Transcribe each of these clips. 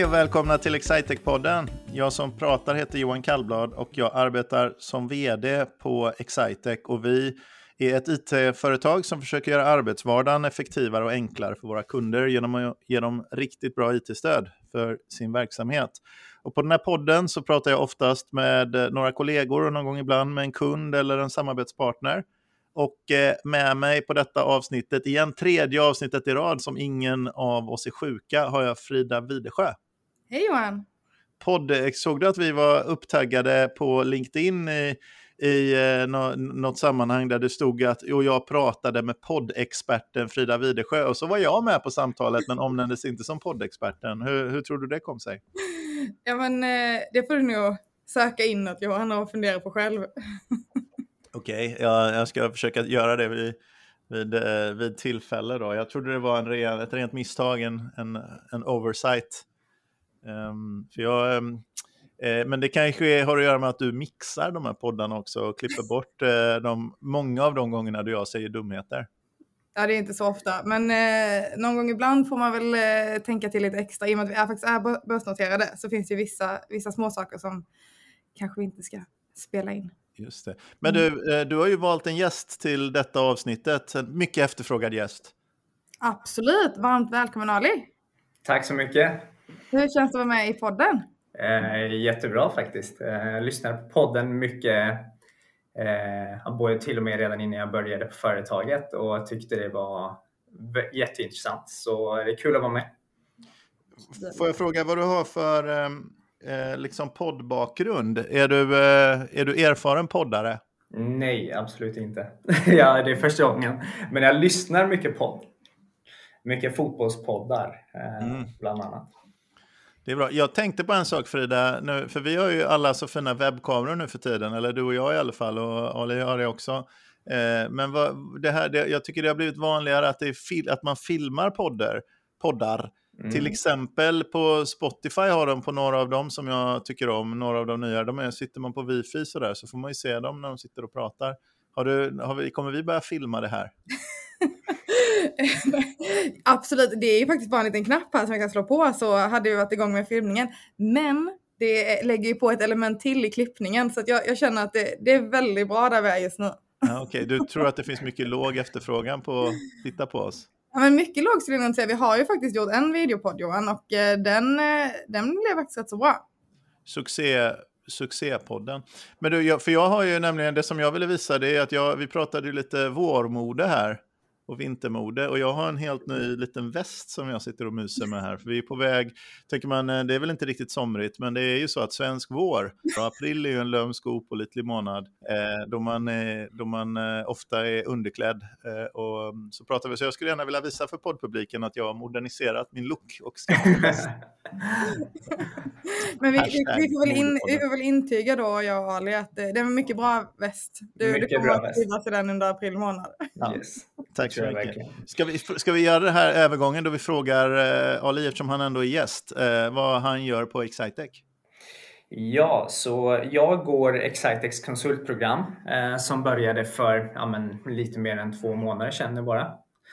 och välkomna till Excitec-podden. Jag som pratar heter Johan Kallblad och jag arbetar som vd på Excitec. Och vi är ett IT-företag som försöker göra arbetsvardagen effektivare och enklare för våra kunder genom att ge dem riktigt bra IT-stöd för sin verksamhet. Och på den här podden så pratar jag oftast med några kollegor och någon gång ibland med en kund eller en samarbetspartner. Och med mig på detta avsnittet, igen tredje avsnittet i rad som ingen av oss är sjuka, har jag Frida Widesjö. Hej Johan! Såg du att vi var upptaggade på LinkedIn i något sammanhang där det stod att jag pratade med poddexperten Frida Widesjö, och så var jag med på samtalet men omnämndes inte som poddexperten. Hur tror du det kom sig? Ja men det får du nog söka inåt Johan och fundera på själv. Okej, jag ska försöka göra det vid tillfälle då. Jag trodde det var ett rent misstag, en oversight. Men det kanske har att göra med att du mixar de här poddarna också och klipper bort många av de gångerna då jag säger dumheter. Ja, det är inte så ofta. Men någon gång ibland får man väl tänka till lite extra. I och med att vi faktiskt är börsnoterade så finns det ju vissa små saker som kanske vi inte ska spela in. Just det. Men du har ju valt en gäst till detta avsnittet. En mycket efterfrågad gäst. Absolut. Varmt välkommen Ali. Tack så mycket. Hur känns det att vara med i podden? Jättebra faktiskt. Jag lyssnade på podden mycket. Både till och med redan innan jag började på företaget. Och tyckte det var jätteintressant. Så det är kul att vara med. Får jag fråga vad du har för liksom poddbakgrund? Är du erfaren poddare? Nej, absolut inte. Ja, det är första gången. Men jag lyssnar mycket podd. Mycket fotbollspoddar bland annat. Det är bra. Jag tänkte på en sak Frida, nu, för vi har ju alla så fina webbkameror nu för tiden, eller du och jag i alla fall, och Ali har det också. Men jag tycker det har blivit vanligare att man filmar poddar. Till exempel på Spotify har de på några av dem som jag tycker om, några av de nya, sitter man på wifi sådär så får man ju se dem när de sitter och pratar. Kommer vi börja filma det här? Absolut, det är ju faktiskt bara en liten knapp här som jag kan slå på, så hade vi varit igång med filmningen. Men det lägger ju på ett element till i klippningen, så att jag känner att det är väldigt bra där vi är just nu. Ja, okej. Du tror att det finns mycket låg efterfrågan på att titta på oss? Ja, men mycket låg skulle jag inte säga. Vi har ju faktiskt gjort en videopodd Johan, och den blev faktiskt rätt så bra. Succépodden. Men jag har ju nämligen, det som jag ville visa, det är att vi pratade ju lite vårmode här och vintermode, och jag har en helt ny liten väst som jag sitter och myser med här, för vi är på väg, tänker man, det är väl inte riktigt somrigt, men det är ju så att svensk vår, april är ju en lömsk opålitlig månad då man ofta är underklädd, och så pratar vi, så jag skulle gärna vilja visa för poddpubliken att jag har moderniserat min look och skaffat väst. Men vi får väl intyga då, jag och Ali, att det är en mycket bra väst. Du kommer att trivas i den under april månad. Ja. Yes. Tack så mycket. Ska vi göra det här övergången då vi frågar Ali, eftersom han ändå är gäst, vad han gör på Excitec? Ja, så jag går Excitecs konsultprogram som började för lite mer än 2 månader sedan bara.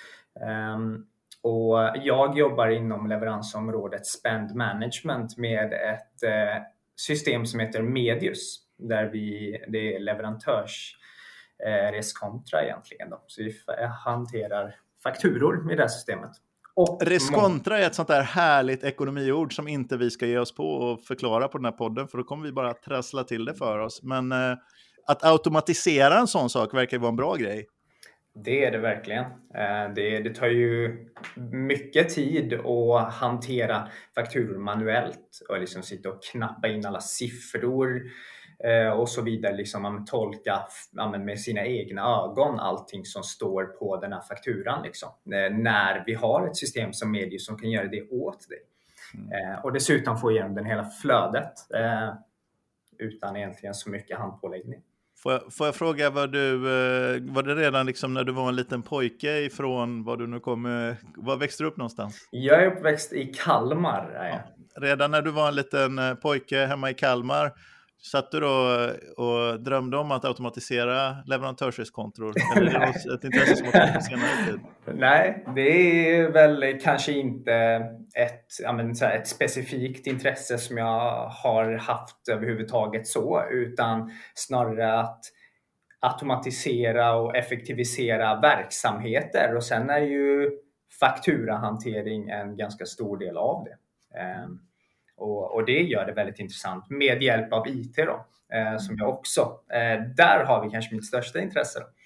Och jag jobbar inom leveransområdet Spend Management med ett system som heter Medius, där det är leverantörsreskontra egentligen då. Så vi hanterar fakturor med det här systemet. Och reskontra är ett sånt där härligt ekonomiord som inte vi ska ge oss på och förklara på den här podden, för då kommer vi bara trassla till det för oss. Men att automatisera en sån sak verkar vara en bra grej. Det är det verkligen. Det tar ju mycket tid att hantera fakturor manuellt och liksom sitta och knappa in alla siffror och så vidare. Liksom man tolka med sina egna ögon allting som står på den här fakturan. Liksom. När vi har ett system som Medius som kan göra det åt dig. Och dessutom få igenom den hela flödet utan egentligen så mycket handpåläggning. Får jag fråga, var det redan liksom när du var en liten pojke ifrån var du nu var växte du upp någonstans? Jag är uppväxt i Kalmar. Ja. Redan när du var en liten pojke hemma i Kalmar Satt du då och drömde om att automatisera leverantörskontor? Eller är det ett intresse som har kommit på senare tid? Nej, det är väl kanske inte ett specifikt intresse som jag har haft överhuvudtaget så, utan snarare att automatisera och effektivisera verksamheter, och sen är ju fakturahantering en ganska stor del av det. Och det gör det väldigt intressant med hjälp av IT då, som jag också, där har vi kanske mitt största intresse då.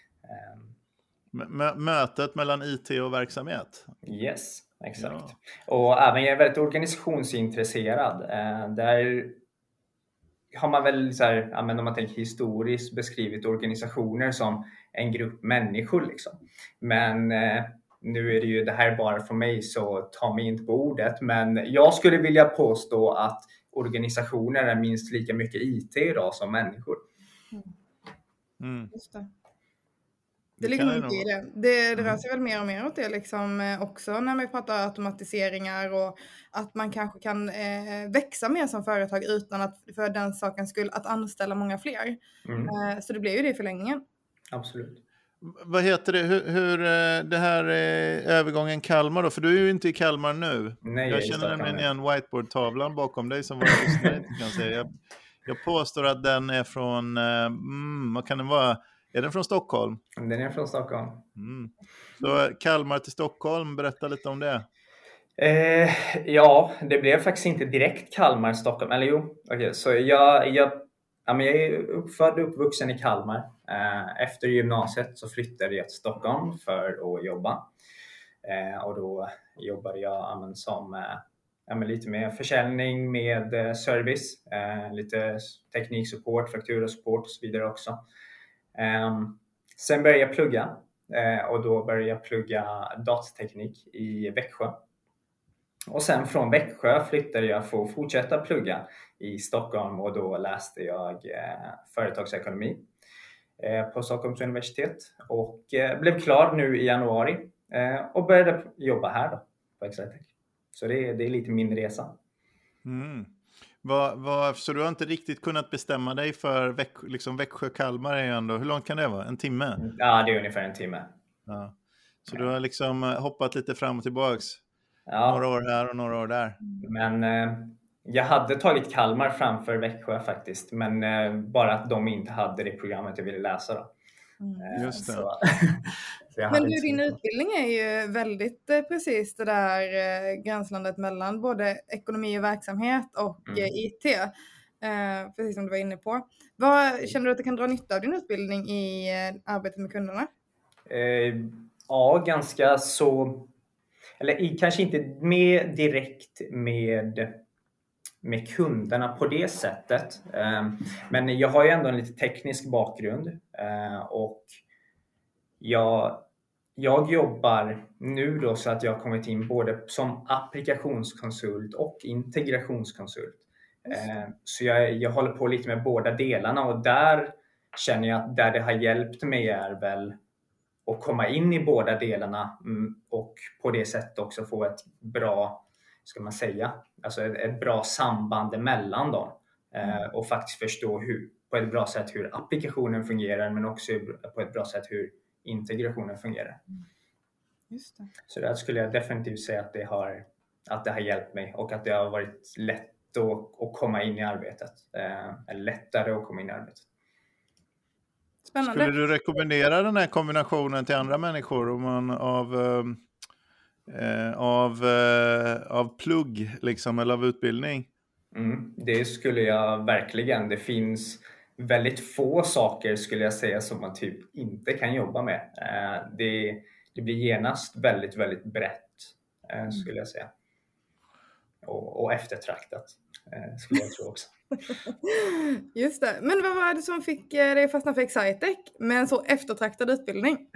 Mötet mellan IT och verksamhet? Yes, exakt. Ja. Och även jag är väldigt organisationsintresserad. Där har man väl så här, om man tänker historiskt beskrivit organisationer som en grupp människor liksom. Men nu är det ju det här bara för mig, så ta mig inte på ordet. Men jag skulle vilja påstå att organisationer är minst lika mycket IT idag som människor. Just det. Det ligger mycket i det. Det rör sig väl mer och mer åt det liksom, också när vi pratar automatiseringar, och att man kanske kan växa mer som företag utan att för den saken skulle att anställa många fler. Så det blir ju det i förlängningen. Absolut. Vad heter det? Hur det här övergången Kalmar då? För du är ju inte i Kalmar nu. Nej, jag känner nämligen igen whiteboard-tavlan bakom dig som våra lyssnare inte kan säga. Jag påstår att den är från, vad kan den vara? Är den från Stockholm? Den är från Stockholm. Så Kalmar till Stockholm, berätta lite om det. Ja, det blev faktiskt inte direkt Kalmar, Stockholm. Eller jo, okej. Så jag är född och uppvuxen i Kalmar. Efter gymnasiet så flyttade jag till Stockholm för att jobba. Och då jobbade jag som lite med försäljning, med service, lite tekniksupport, fakturasupport och så vidare också. Sen började jag plugga, och då började jag plugga datateknik i Växjö. Och sen från Växjö flyttade jag för att fortsätta plugga i Stockholm, och då läste jag företagsekonomi på Stockholms universitet och blev klar nu i januari och började jobba här då på Excitec. Så det är lite min resa. Så du har inte riktigt kunnat bestämma dig för Växjö-Kalmar är ändå, hur långt kan det vara? En timme? Ja, det är ungefär en timme. Ja. Så du har liksom hoppat lite fram och tillbaks? Ja. Några år här och några år där. Men jag hade tagit Kalmar framför Växjö faktiskt. Men bara att de inte hade det programmet jag ville läsa då. Just det. Så men du, din utbildning är ju väldigt precis det där gränslandet mellan både ekonomi och verksamhet och IT. Precis som du var inne på. Vad känner du att du kan dra nytta av din utbildning i arbetet med kunderna? Ja, ganska så. Eller kanske inte med direkt med kunderna på det sättet. Men jag har ju ändå en lite teknisk bakgrund. Och jag jobbar nu då så att jag har kommit in både som applikationskonsult och integrationskonsult. Så jag håller på lite med båda delarna, och där känner jag att där det har hjälpt mig är väl att komma in i båda delarna och på det sättet också få ett bra, ska man säga, alltså ett bra samband emellan dem. Och faktiskt förstå på ett bra sätt hur applikationen fungerar, men också på ett bra sätt hur integrationen fungerar. Just det. Så där skulle jag definitivt säga att det har hjälpt mig, och att det har varit lätt att komma in i arbetet. Eller lättare att komma in i arbetet. Spännande. Skulle du rekommendera den här kombinationen till andra människor om man av plugg liksom, eller av utbildning? Det skulle jag verkligen. Det finns väldigt få saker skulle jag säga som man typ inte kan jobba med. Det blir genast väldigt, väldigt brett skulle jag säga. Och eftertraktat skulle jag tro också. Just det. Men vad var det som fick dig fastna för Excitec med en så eftertraktad utbildning?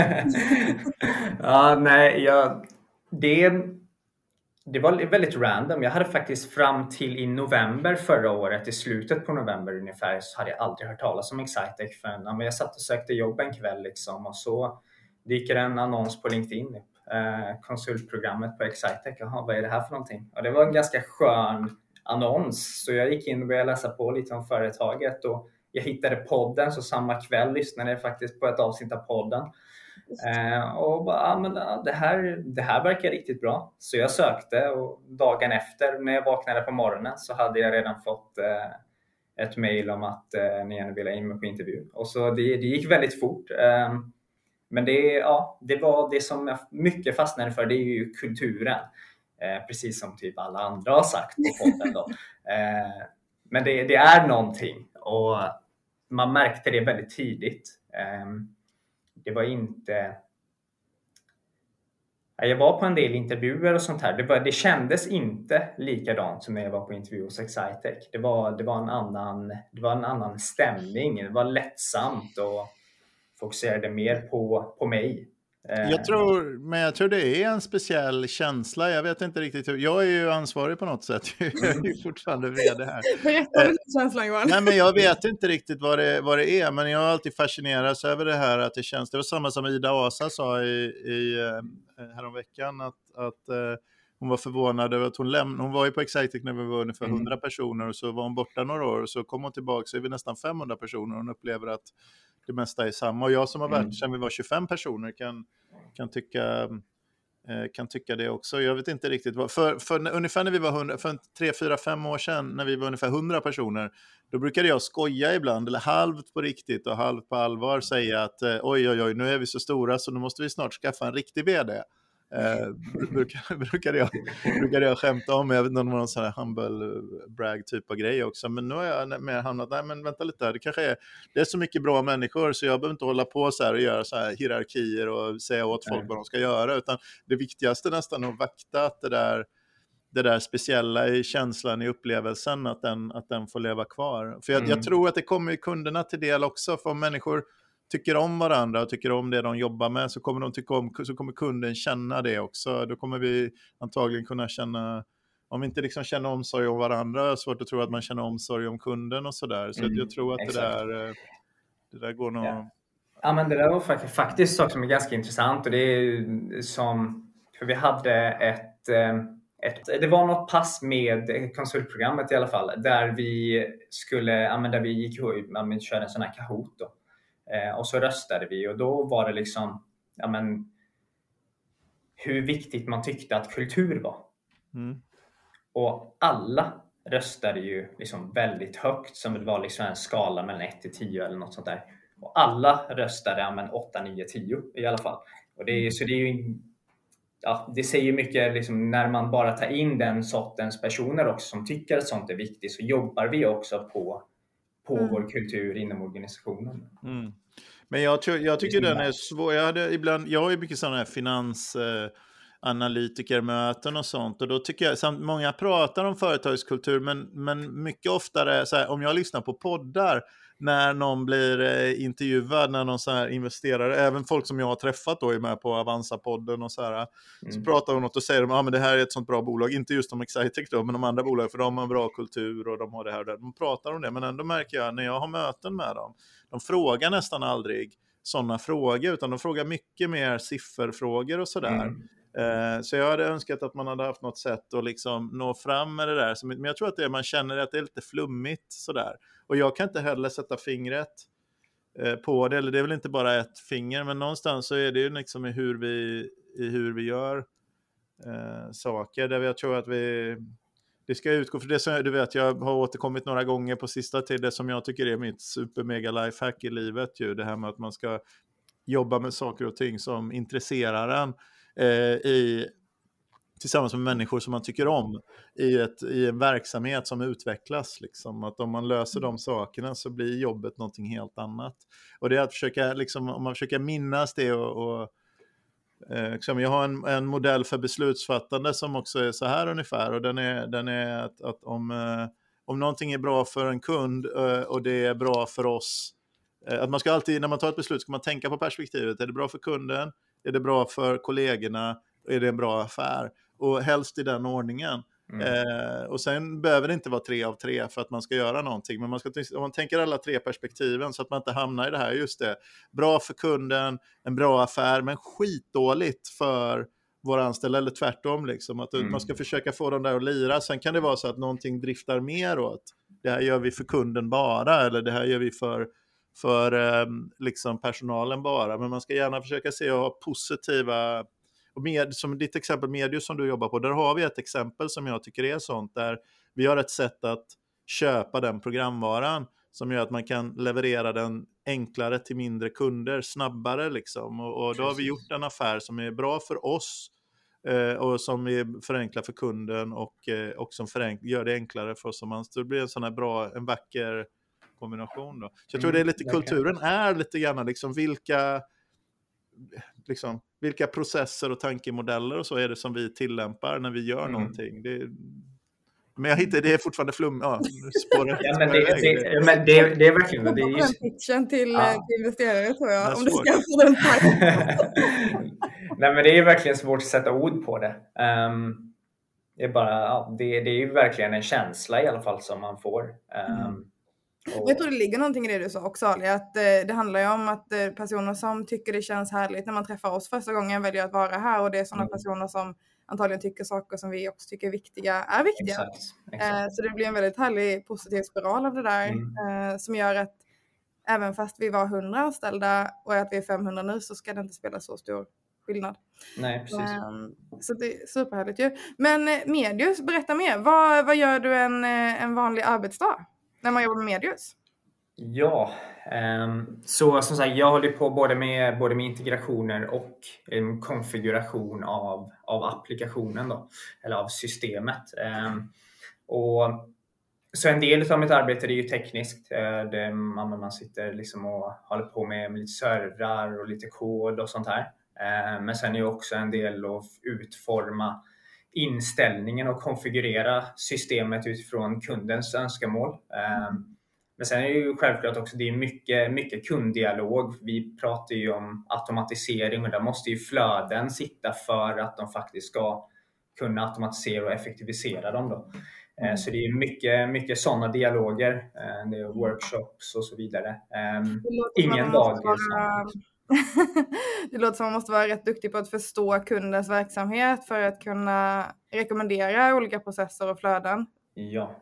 Det var väldigt random. Jag hade faktiskt fram till i november förra året, i slutet på november ungefär, så hade jag aldrig hört talas om Excitec förrän jag satt och sökte jobb en kväll liksom, och så dyker en annons på LinkedIn upp. Konsultprogrammet på Excitec. Jaha, vad är det här för någonting? Och det var en ganska skön annons. Så jag gick in och började läsa på lite om företaget och jag hittade podden, så samma kväll lyssnade jag faktiskt på ett avsnitt av podden. Och bara, men det här verkar riktigt bra. Så jag sökte och dagen efter när jag vaknade på morgonen så hade jag redan fått ett mejl om att ni gärna ville in mig på intervju. Och så det gick väldigt fort. Men det var det som jag mycket fastnade för, det är ju kulturen. Precis som typ alla andra har sagt på podden då. Men det är någonting och man märkte det väldigt tidigt. Det var inte... Jag var på en del intervjuer och sånt här. Det kändes inte likadant som när jag var på intervju hos Excitec. Det var en annan stämning. Det var lättsamt och fokuserade mer på mig. Jag tror det är en speciell känsla. Jag vet inte riktigt hur. Jag är ju ansvarig på något sätt. Jag är ju fortfarande vd här. Berätta om känslan, Johan. Nej, men jag vet inte riktigt vad det är. Men jag har alltid fascinerats över det här att det känns. Det var samma som Ida Asa sa häromveckan att hon var förvånad över att hon var ju på Excitec när vi var ungefär 100 personer och så var hon borta några år och så kom hon tillbaka så är vi nästan 500 personer och hon upplever att det mesta är samma. Och jag som har varit sedan vi var 25 personer kan tycka det också. Jag vet inte riktigt vad. För ungefär när vi var 3-4-5 år sedan när vi var ungefär 100 personer, då brukade jag skoja ibland eller halvt på riktigt och halvt på allvar säga att oj, nu är vi så stora så nu måste vi snart skaffa en riktig vd. Brukade jag skämta om. Jag vet inte om det var någon sån här humble brag typ av grej också. Men nu har jag mer hamnat, nej men vänta lite här. Det är så mycket bra människor så jag behöver inte hålla på så här och göra så här hierarkier och säga åt folk vad de ska göra. Utan det viktigaste nästan är att vakta att det där speciella i känslan, i upplevelsen, att den får leva kvar. För jag tror att det kommer kunderna till del också. För om människor tycker om varandra och tycker om det de jobbar med så kommer kunden känna det också. Då kommer vi antagligen kunna känna, om vi inte liksom känner omsorg om varandra, är svårt att tro att man känner omsorg om kunden och sådär. Så jag tror att det där går nog... Ja, men det där var faktiskt saker som är ganska intressant och det är som, för vi hade det var något pass med konsultprogrammet i alla fall, där vi körde en sån här Kahoot då. Och så röstade vi och då var det liksom hur viktigt man tyckte att kultur var. Och alla röstade ju liksom väldigt högt, som det var liksom en skala mellan 1 till 10 eller något sånt där. Och alla röstade 8, 9, 10 i alla fall. Och det säger ju mycket liksom, när man bara tar in den sortens personer också som tycker att sånt är viktigt, så jobbar vi också på vår kultur inom organisationen. Men jag tycker den är svår. Jag har ju mycket sådana här finansanalytikermöten och sånt. Och då tycker jag, många pratar om företagskultur, men mycket oftare, så här, om jag lyssnar på poddar, när någon blir intervjuad, när någon så här investerare, även folk som jag har träffat då är med på Avanza-podden och så här, så pratar de något och säger men det här är ett sånt bra bolag, inte just om Excitec då, men de andra bolagen, för de har en bra kultur och de har det här och det. De pratar om det, men ändå märker jag när jag har möten med dem, de frågar nästan aldrig sådana frågor, utan de frågar mycket mer sifferfrågor och sådär. Så jag hade önskat att man hade haft något sätt att liksom nå fram med det där. Men jag tror att man känner att det är lite flummigt sådär. Och jag kan inte heller sätta fingret på det. Eller det är väl inte bara ett finger, men någonstans så är det ju liksom i hur vi gör saker. Där jag tror att det ska utgå för det som du vet, jag har återkommit några gånger på sista tid, det som jag tycker är mitt super mega lifehack i livet ju, det här med att man ska jobba med saker och ting som intresserar en tillsammans med människor som man tycker om i en verksamhet som utvecklas liksom. Att om man löser de sakerna så blir jobbet någonting helt annat. Och det är att försöka liksom, om man försöker minnas det jag har en modell för beslutsfattande som också är så här ungefär, och den är att om någonting är bra för en kund och det är bra för oss, att man ska alltid, när man tar ett beslut, ska man tänka på perspektivet. Är det bra för kunden? Är det bra för kollegorna? Är det en bra affär? Och helst i den ordningen. Och sen behöver det inte vara 3 av 3 för att man ska göra någonting. Men om man tänker alla 3 perspektiven så att man inte hamnar i det här, just det. Bra för kunden, en bra affär, men skitdåligt för våra anställda, eller tvärtom liksom, att man ska försöka få dem där att lira. Sen kan det vara så att någonting driftar mer åt, det här gör vi för kunden bara, eller det här gör vi för liksom personalen bara, men man ska gärna försöka se och ha positiva, och som ditt exempel Medius som du jobbar på, där har vi ett exempel som jag tycker är sånt, där vi har ett sätt att köpa den programvaran som gör att man kan leverera den enklare till mindre kunder, snabbare liksom. Och då har vi gjort en affär som är bra för oss och som är förenklar för kunden och som gör det enklare för oss som anställda. Det blir en sån här en vacker kombination då. Så jag tror det är lite, kulturen är lite grann liksom vilka processer och tankemodeller och så är det som vi tillämpar när vi gör någonting. Men jag hittar det är fortfarande flum. Ja, det är verkligen det. Det är ju pitchen till investerare tror jag. Om du ska få den Nej, men det är verkligen svårt att sätta ord på det. Det är bara, det är ju verkligen en känsla i alla fall som man får. Jag tror det ligger någonting i det du sa också, Ali, att det handlar ju om att personer som tycker det känns härligt när man träffar oss första gången väljer att vara här, och det är sådana personer som antagligen tycker saker som vi också tycker är viktiga. Exakt. Så det blir en väldigt härlig positiv spiral av det där som gör att även fast vi var 100 anställda och att vi är 500 nu, så ska det inte spela så stor skillnad. Nej, precis. Så det är superhärligt ju. Men Medius, berätta mer. Vad gör du en vanlig arbetsdag när man jobbar med Medius? Ja, så som sagt, jag håller på både med integrationer och konfiguration av applikationen då, eller av systemet. Och så en del av mitt arbete är ju tekniskt. Man sitter liksom och håller på med lite servrar och lite kod och sånt här. Men sen är ju också en del att utforma inställningen och konfigurera systemet utifrån kundens önskemål. Men sen är det ju självklart också, det är mycket kunddialog. Vi pratar ju om automatisering, och där måste ju flöden sitta för att de faktiskt ska kunna automatisera och effektivisera dem då. Så det är mycket sådana dialoger. Det är workshops och så vidare. Ingen dag är sånt. Det låter som man måste vara rätt duktig på att förstå kundens verksamhet för att kunna rekommendera olika processer och flöden. Ja,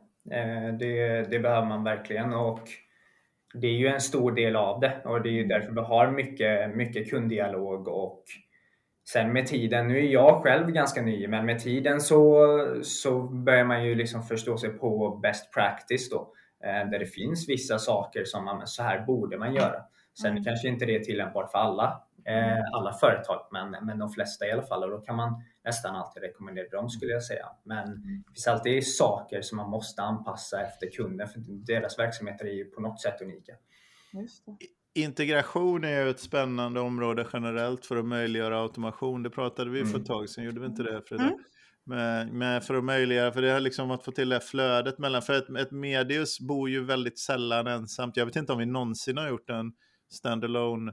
det behöver man verkligen, och det är ju en stor del av det, och det är ju därför vi har mycket kunddialog. Och sen med tiden, nu är jag själv ganska ny, men med tiden så börjar man ju liksom förstå sig på best practice då, där det finns vissa saker som så här borde man göra. Sen kanske inte det är tillämpbart för alla företag, men de flesta i alla fall, och då kan man nästan alltid rekommendera dem, skulle jag säga. Men det finns alltid saker som man måste anpassa efter kunden, för deras verksamheter är ju på något sätt unika. Just det. Integration är ju ett spännande område generellt för att möjliggöra automation. Det pratade vi för ett tag sedan, gjorde vi inte det, Frida? Men för att möjliggöra, för det är liksom att få till det flödet mellan, för ett Medius bor ju väldigt sällan ensamt. Jag vet inte om vi någonsin har gjort en standalone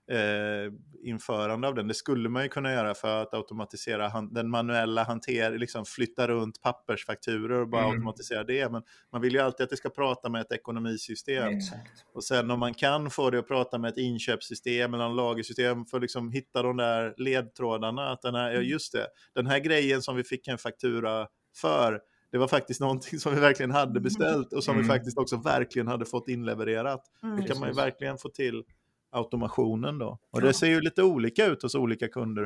införande av den. Det skulle man ju kunna göra för att automatisera den manuella hanteringen, liksom flytta runt pappersfakturor och bara automatisera det. Men man vill ju alltid att det ska prata med ett ekonomisystem. Exakt. Och sen om man kan få det att prata med ett inköpssystem eller en lagersystem för att liksom hitta de där ledtrådarna. Att den här grejen som vi fick en faktura för, det var faktiskt någonting som vi verkligen hade beställt och som vi faktiskt också verkligen hade fått inlevererat. Det kan man ju verkligen få till automationen då. Och det ser ju lite olika ut hos olika kunder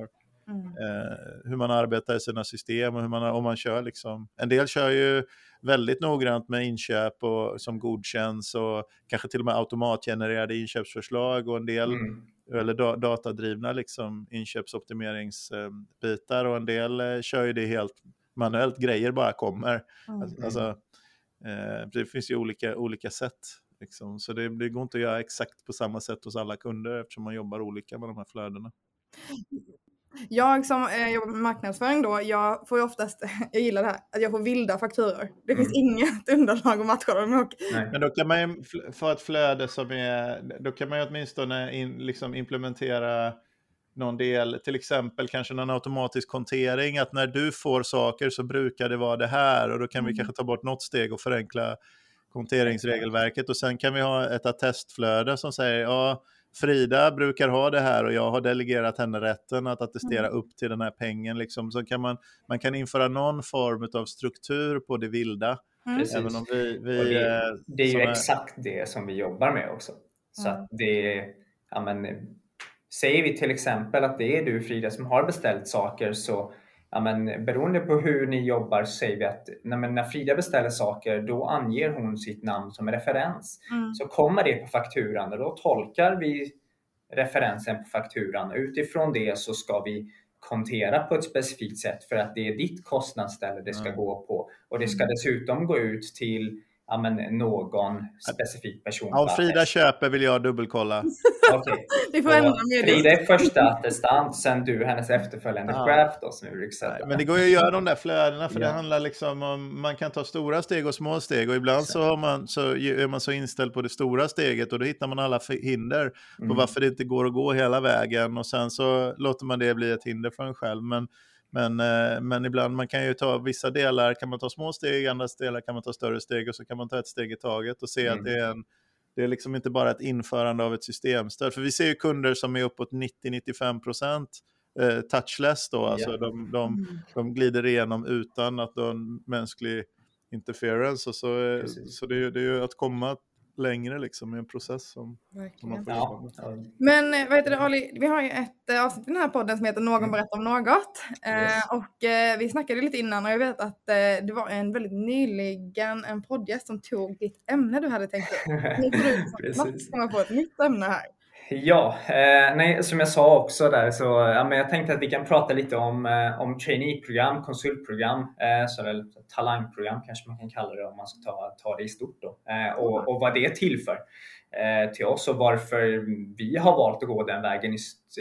hur man arbetar i sina system och om man kör liksom. En del kör ju väldigt noggrant med inköp och som godkänns och kanske till och med automatgenererade inköpsförslag, och en del eller datadrivna liksom inköpsoptimeringsbitar, och en del kör ju det helt manuellt, grejer bara kommer. Alltså, det finns ju olika sätt. Liksom. Så det går inte att göra exakt på samma sätt hos alla kunder, eftersom man jobbar olika med de här flödena. Jag som jobbar med marknadsföring då, jag får ju oftast, jag gillar det här, att jag får vilda fakturor. Det finns inget underlag att matcha dem. Men då kan man ju få ett flöde som är, då kan man ju åtminstone liksom implementera någon del, till exempel kanske någon automatisk kontering, att när du får saker så brukar det vara det här, och då kan vi kanske ta bort något steg och förenkla konteringsregelverket, och sen kan vi ha ett attestflöde som säger Frida brukar ha det här och jag har delegerat henne rätten att attestera upp till den här pengen. Liksom. Så kan man kan införa någon form av struktur på det vilda. Precis. Även om vi det är ju exakt det som vi jobbar med också. Så att det, ja men, säger vi till exempel att det är du Frida som har beställt saker, så ja men, beroende på hur ni jobbar så säger vi att när Frida beställer saker, då anger hon sitt namn som referens. Så kommer det på fakturan och då tolkar vi referensen på fakturan. Utifrån det så ska vi kontera på ett specifikt sätt för att det är ditt kostnadsställe det ska gå på. Och det ska dessutom gå ut till någon specifik person. Ja, om Frida köper vill jag dubbelkolla. Okej. Vi får ändra med Frida är första attestant, sen du hennes efterföljande chef då, som vi Nej, men det går ju att göra de där flödena, för det handlar liksom om, man kan ta stora steg och små steg, och ibland så är man så inställd på det stora steget och då hittar man alla hinder på varför det inte går att gå hela vägen, och sen så låter man det bli ett hinder för en själv. Men ibland man kan ju ta vissa delar, kan man ta små steg, andra delar kan man ta större steg, och så kan man ta ett steg i taget och se att det är liksom inte bara ett införande av ett systemstöd. För vi ser ju kunder som är uppåt 90-95% touchless då, alltså de glider igenom utan att en mänsklig interference, och så det är ju att komma längre liksom i en process som man får jobba med. Men vad heter det, Ali? Vi har ju ett avsnitt i den här podden som heter Någon berättar om något. Och vi snackade lite innan, och jag vet att det var en väldigt nyligen en poddgäst som tog ditt ämne du hade tänkt upp. Nu får du komma på ett nytt ämne här. Ja, som jag sa också där, så men jag tänkte att vi kan prata lite om trainee-program, konsultprogram, så talangprogram kanske man kan kalla det om man ska ta det i stort då. Och vad det är till för till oss, och varför vi har valt att gå den vägen i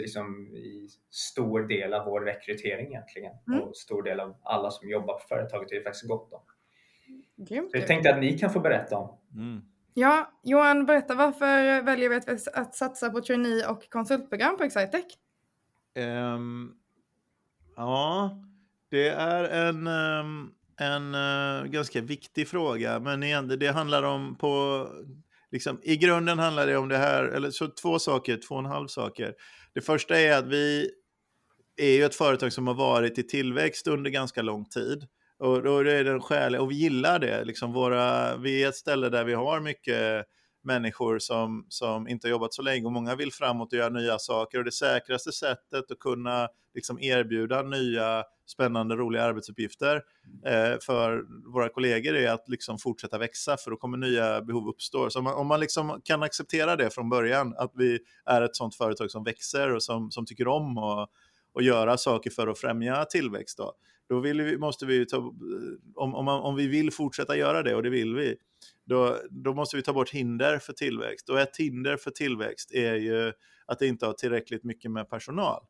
stor del av vår rekrytering egentligen. Och stor del av alla som jobbar på företaget är faktiskt gott då. Så jag tänkte att ni kan få berätta om. Ja, Johan, berätta, varför väljer vi att satsa på trainee- och konsultprogram på Excitec? Ja, det är en ganska viktig fråga, men det handlar om i grunden handlar det om det här, eller så 2,5 saker. Det första är att vi är ju ett företag som har varit i tillväxt under ganska lång tid. Och då är det en skäl, och vi gillar det. Liksom vi är ett ställe där vi har mycket människor som inte har jobbat så länge, och många vill framåt och göra nya saker. Och det säkraste sättet att kunna erbjuda nya, spännande, roliga arbetsuppgifter för våra kollegor är att fortsätta växa, för då kommer nya behov uppstå. Så om man kan acceptera det från början, att vi är ett sånt företag som växer och som tycker om att göra saker för att främja tillväxt då måste vi om vi vill fortsätta göra det, och det vill vi, då måste vi ta bort hinder för tillväxt. Och ett hinder för tillväxt är ju att det inte har tillräckligt mycket med personal.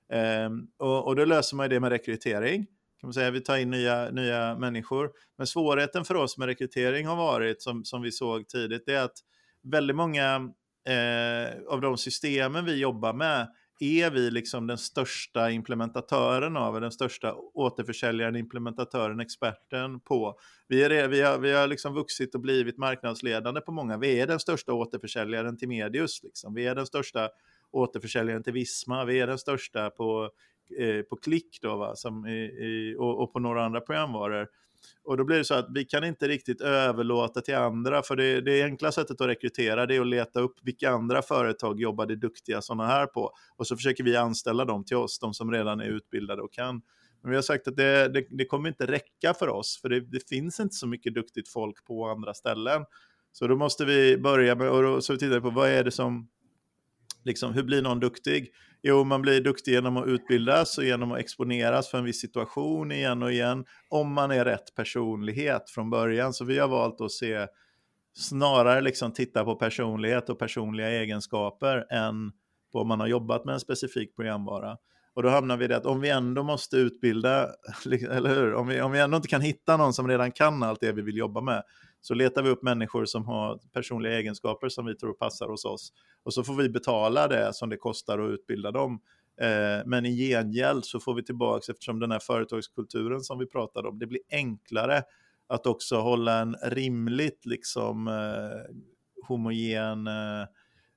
Och då löser man det med rekrytering. Kan man säga, vi tar in nya människor. Men svårigheten för oss med rekrytering har varit, som vi såg tidigt, det är att väldigt många av de systemen vi jobbar med är vi den största implementatören av, den största återförsäljaren, implementatören, experten på. Vi har vuxit och blivit marknadsledande på många. Vi är den största återförsäljaren till Medius. Vi är den största återförsäljaren till Visma. Vi är den största på Klick då, och på några andra programvaror. Och då blir det så att vi kan inte riktigt överlåta till andra, för det enkla sättet att rekrytera, det är att leta upp vilka andra företag jobbar det duktiga sådana här på, och så försöker vi anställa dem till oss, de som redan är utbildade och kan. Men vi har sagt att det kommer inte räcka för oss, för det finns inte så mycket duktigt folk på andra ställen. Så då måste vi börja med, och så tittar vi på vad är det som hur blir någon duktig? Jo, man blir duktig genom att utbildas och genom att exponeras för en viss situation igen och igen, om man är rätt personlighet från början. Så vi har valt att snarare titta på personlighet och personliga egenskaper än på om man har jobbat med en specifik programvara. Och då hamnar vi i det att om vi ändå måste utbilda, eller hur? Om vi ändå inte kan hitta någon som redan kan allt det vi vill jobba med, så letar vi upp människor som har personliga egenskaper som vi tror passar hos oss. Och så får vi betala det som det kostar att utbilda dem. Men i gengäld så får vi tillbaka, eftersom den här företagskulturen som vi pratade om, det blir enklare att också hålla en rimligt homogen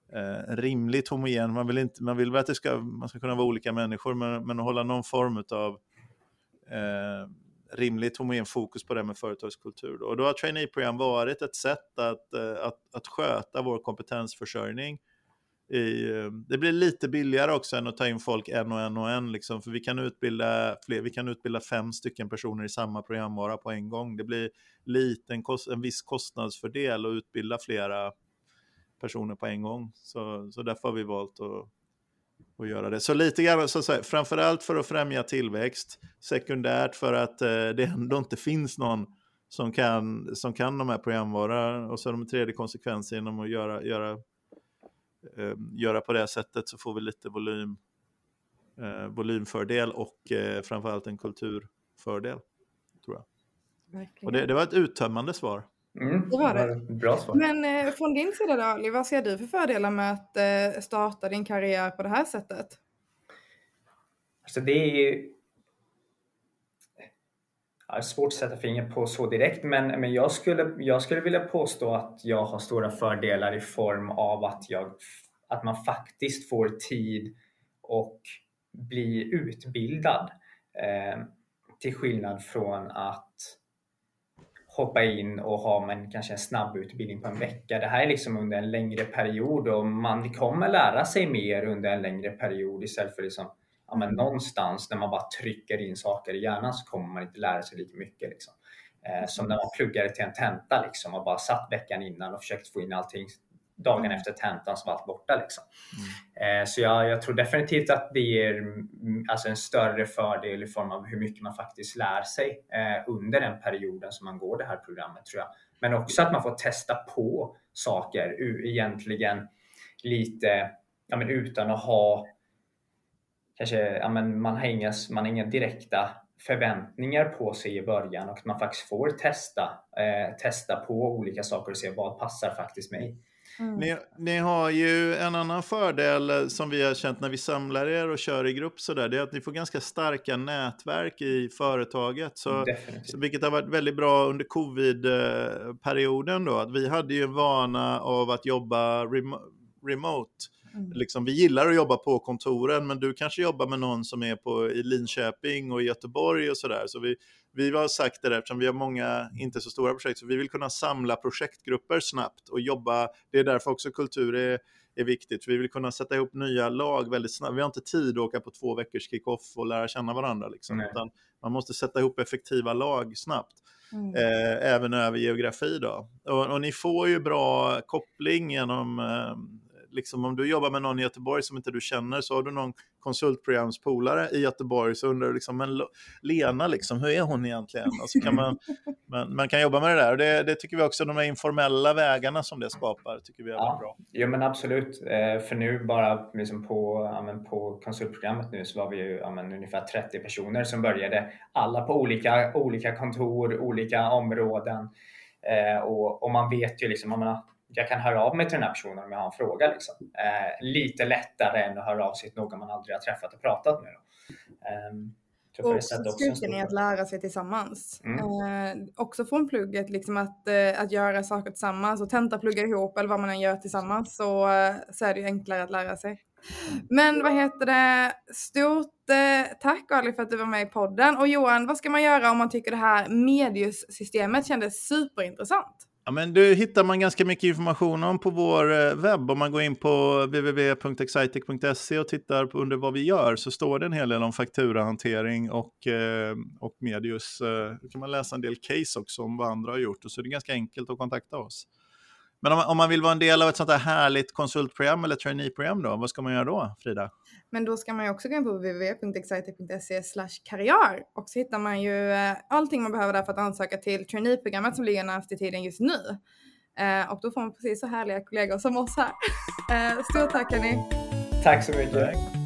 rimligt homogen. Man vill väl att man ska kunna vara olika människor, men att hålla någon form av rimligt homogen fokus på det med företagskultur. Och då har trainee-program varit ett sätt att sköta vår kompetensförsörjning. Det blir lite billigare också än att ta in folk en liksom, för vi kan utbilda 5 stycken personer i samma programvara på en gång. Det blir en viss kostnadsfördel att utbilda flera personer på en gång. Så därför har vi valt att göra det. Så lite grann, framförallt för att främja tillväxt, sekundärt för att det ändå inte finns någon som kan de här programvara, och så de tredje konsekvensen genom att göra på det sättet, så får vi lite volymfördel och framförallt en kulturfördel, tror jag. Verkligen. Och det var ett uttömmande svar. Det var det. Bra svar. Men från din sida då, Ali, vad ser du för fördelar med att starta din karriär på det här sättet? Alltså det är svårt att sätta finger på så direkt, men jag skulle vilja påstå att jag har stora fördelar i form av att man faktiskt får tid och bli utbildad, till skillnad från att hoppa in och ha kanske en snabb utbildning på en vecka. Det här är liksom under en längre period, och man kommer lära sig mer under en längre period istället för liksom, någonstans när man bara trycker in saker i hjärnan så kommer man inte lära sig lika mycket. Liksom. Som när man pluggade till en tenta liksom, och bara satt veckan innan och försökt få in allting dagen efter tentan, så var allt borta. Liksom. Så jag tror definitivt att det ger en större fördel i form av hur mycket man faktiskt lär sig under den perioden som man går det här programmet, tror jag. Men också att man får testa på saker egentligen lite utan att ha kanske, man har inga direkta förväntningar på sig i början, och att man faktiskt får testa på olika saker och se vad passar faktiskt mig. Ni har ju en annan fördel som vi har känt när vi samlar er och kör i grupp sådär, det är att ni får ganska starka nätverk i företaget, så vilket har varit väldigt bra under covid-perioden då, att vi hade ju en vana av att jobba remote. Liksom, vi gillar att jobba på kontoren, men du kanske jobbar med någon som är i Linköping och Göteborg och sådär, så vi har sagt det där, eftersom vi har många inte så stora projekt, så vi vill kunna samla projektgrupper snabbt och jobba. Det är därför också kultur är viktigt. Vi vill kunna sätta ihop nya lag väldigt snabbt. Vi har inte tid att åka på 2 veckors kick-off och lära känna varandra liksom, utan man måste sätta ihop effektiva lag snabbt. Även över geografi då. Och ni får ju bra koppling genom liksom, om du jobbar med någon i Göteborg som inte du känner, så har du någon konsultprogramspolare i Göteborg, så undrar du liksom, men Lena liksom, hur är hon egentligen? Och så kan man kan jobba med det där, och det tycker vi också, de här informella vägarna som det skapar tycker vi är bra. Ja, men absolut, för nu bara liksom på konsultprogrammet nu så var vi ju ungefär 30 personer som började, alla på olika kontor, olika områden, och man vet ju liksom, jag kan höra av mig till den här personen om jag har en fråga. Liksom. Lite lättare än att höra av sig till någon man aldrig har träffat och pratat med. Och styrkan är att lära sig tillsammans. Också från plugget, liksom att göra saker tillsammans och tentaplugga ihop eller vad man än gör tillsammans, så är det ju enklare att lära sig. Men stort tack Ali för att du var med i podden. Och Johan, vad ska man göra om man tycker det här Medius-systemet kändes superintressant? Ja, men du hittar man ganska mycket information om på vår webb. Om man går in på www.excitec.se och tittar på under vad vi gör, så står det en hel del om fakturahantering och Medius. Då kan man läsa en del case också om vad andra har gjort, och så är det ganska enkelt att kontakta oss. Men om man vill vara en del av ett sånt här härligt konsultprogram eller trainee-program då, vad ska man göra då, Frida? Men då ska man ju också gå in på www.excitec.se/karriär, och så hittar man ju allting man behöver där för att ansöka till trainee-programmet som ligger närmast i tiden just nu. Och då får man precis så härliga kollegor som oss här. Stort tack, Annie. Tack så mycket.